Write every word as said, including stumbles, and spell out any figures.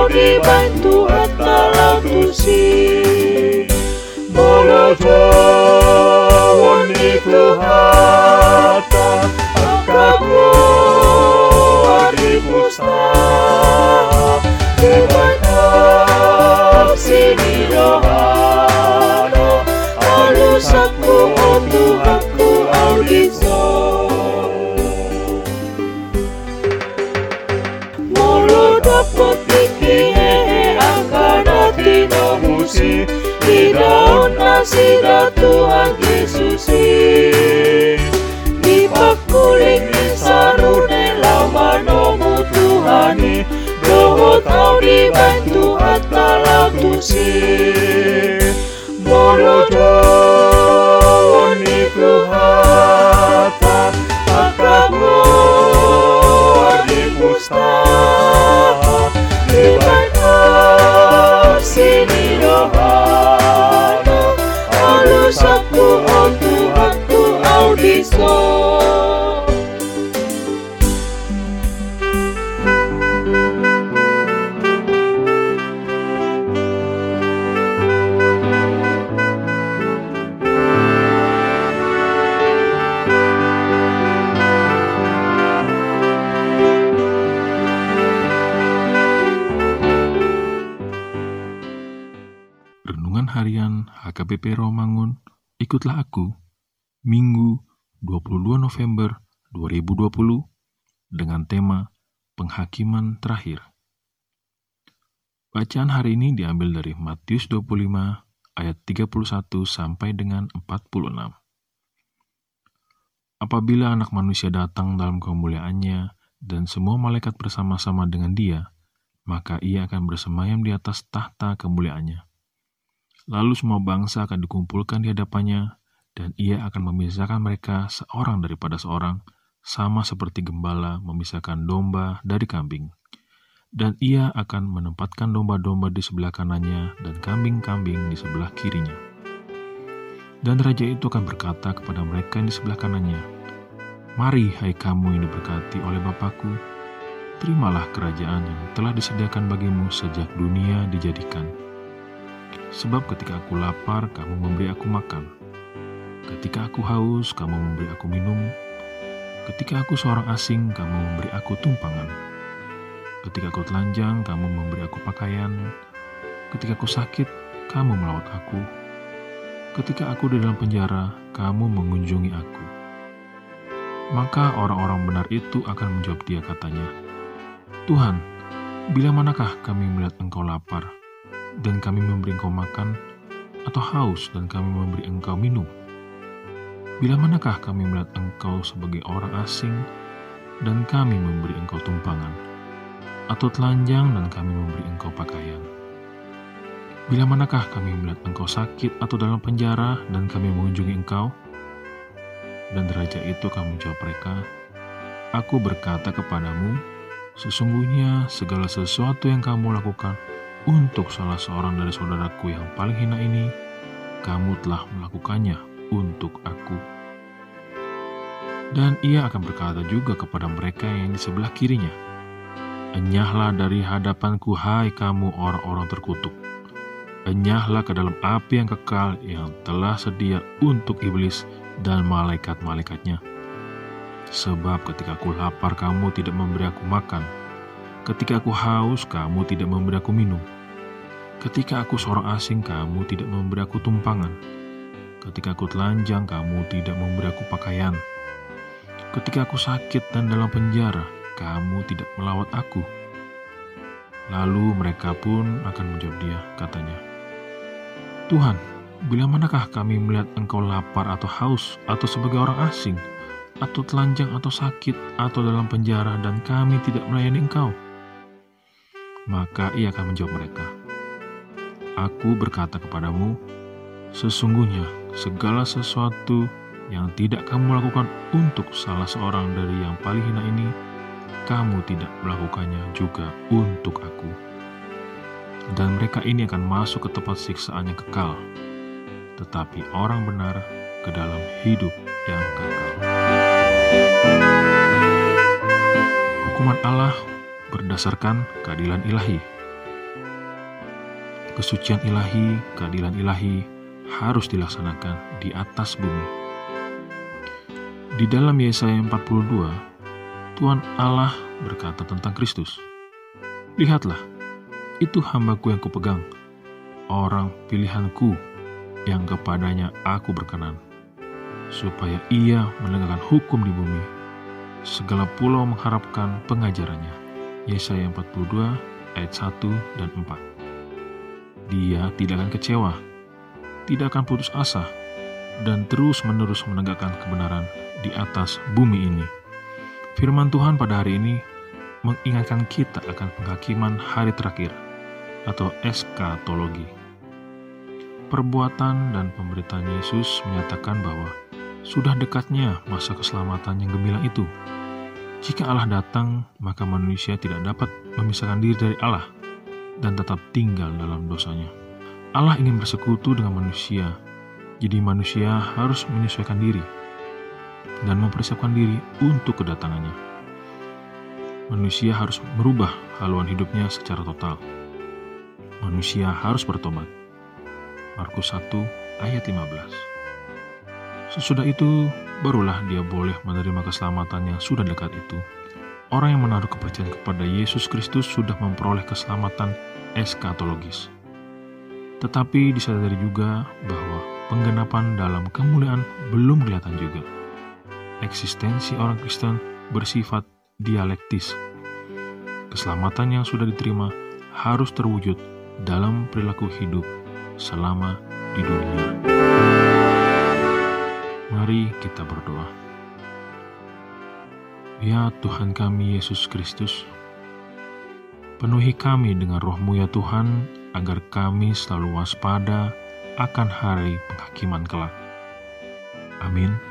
dibantu atalau tusi Bolojo woniku hata akabu adipusta Debata sini rohana alusaku untuk aku audiso Molo dapat iki hehe angkana tino musi Hidaun nasida Tuhan Yesusi Dipakuling isarune lama nomu Tuhani Doho tau dibantu atalau tusi Bolojo niku hata akabu adipusta Dibata sini rohana alusaku untuk aku audiso Renungan Harian H K B P Romangun, ikutlah aku, Minggu dua puluh dua November dua ribu dua puluh, dengan tema Penghakiman Terakhir. Bacaan hari ini diambil dari Matius dua puluh lima ayat tiga puluh satu sampai dengan empat puluh enam. Apabila Anak Manusia datang dalam kemuliaannya dan semua malaikat bersama-sama dengan Dia, maka Ia akan bersemayam di atas tahta kemuliaannya. Lalu semua bangsa akan dikumpulkan di hadapannya, dan Ia akan memisahkan mereka seorang daripada seorang, sama seperti gembala memisahkan domba dari kambing. Dan Ia akan menempatkan domba-domba di sebelah kanannya dan kambing-kambing di sebelah kirinya. Dan Raja itu akan berkata kepada mereka yang di sebelah kanannya, Mari, hai kamu yang diberkati oleh Bapa-Ku, terimalah kerajaan yang telah disediakan bagimu sejak dunia dijadikan. Sebab ketika aku lapar, kamu memberi aku makan. Ketika aku haus, kamu memberi aku minum. Ketika aku seorang asing, kamu memberi aku tumpangan. Ketika aku telanjang, kamu memberi aku pakaian. Ketika aku sakit, kamu melawat aku. Ketika aku di dalam penjara, kamu mengunjungi aku. Maka orang-orang benar itu akan menjawab Dia katanya, Tuhan, bila manakah kami melihat Engkau lapar, dan kami memberi Engkau makan, atau haus dan kami memberi Engkau minum? Bila manakah kami melihat Engkau sebagai orang asing, dan kami memberi Engkau tumpangan, atau telanjang dan kami memberi Engkau pakaian? Bila manakah kami melihat Engkau sakit atau dalam penjara, dan kami mengunjungi Engkau? Dan Raja itu akan menjawab mereka, Aku berkata kepadamu, sesungguhnya segala sesuatu yang kamu lakukan untuk salah seorang dari saudaraku yang paling hina ini, kamu telah melakukannya untuk aku. Dan Ia akan berkata juga kepada mereka yang di sebelah kirinya, Enyahlah dari hadapanku, hai kamu orang-orang terkutuk. Enyahlah ke dalam api yang kekal yang telah sedia untuk iblis dan malaikat-malaikatnya. Sebab ketika aku lapar, kamu tidak memberi aku makan. Ketika aku haus, kamu tidak memberi aku minum. Ketika aku seorang asing, kamu tidak memberi aku tumpangan. Ketika aku telanjang, kamu tidak memberi aku pakaian. Ketika aku sakit dan dalam penjara, kamu tidak melawat aku. Lalu mereka pun akan menjawab Dia, katanya, Tuhan, bila manakah kami melihat Engkau lapar atau haus, atau sebagai orang asing, atau telanjang atau sakit, atau dalam penjara, dan kami tidak melayani Engkau? Maka Ia akan menjawab mereka, Aku berkata kepadamu, sesungguhnya segala sesuatu yang tidak kamu lakukan untuk salah seorang dari yang paling hina ini, kamu tidak melakukannya juga untuk aku. Dan mereka ini akan masuk ke tempat siksaan yang kekal, tetapi orang benar ke dalam hidup yang kekal. Hukuman Allah berdasarkan keadilan ilahi. kesucian ilahi, keadilan ilahi harus dilaksanakan di atas bumi. Di dalam Yesaya empat puluh dua, Tuhan Allah berkata tentang Kristus, "Lihatlah, itu hamba-Ku yang Kupegang, orang pilihan-Ku yang kepadanya Aku berkenan, supaya ia menegakkan hukum di bumi. Segala pulau mengharapkan pengajarannya." Yesaya empat puluh dua ayat satu dan empat. Dia tidak akan kecewa, tidak akan putus asa, dan terus-menerus menegakkan kebenaran di atas bumi ini. Firman Tuhan pada hari ini mengingatkan kita akan penghakiman hari terakhir atau eskatologi. Perbuatan dan pemberitaan Yesus menyatakan bahwa sudah dekatnya masa keselamatan yang gemilang itu. Jika Allah datang, maka manusia tidak dapat memisahkan diri dari Allah dan tetap tinggal dalam dosanya. Allah ingin bersekutu dengan manusia, jadi manusia harus menyesuaikan diri dan mempersiapkan diri untuk kedatangannya. Manusia harus merubah haluan hidupnya secara total. Manusia harus bertobat. Markus satu ayat lima belas. Sesudah itu, barulah dia boleh menerima keselamatan yang sudah dekat itu. Orang yang menaruh kepercayaan kepada Yesus Kristus sudah memperoleh keselamatan eskatologis. Tetapi disadari juga bahwa penggenapan dalam kemuliaan belum kelihatan juga. Eksistensi orang Kristen bersifat dialektis. Keselamatan yang sudah diterima harus terwujud dalam perilaku hidup selama di dunia. Mari kita berdoa. Ya Tuhan kami Yesus Kristus, penuhi kami dengan roh-Mu ya Tuhan, agar kami selalu waspada akan hari penghakiman kelak. Amin.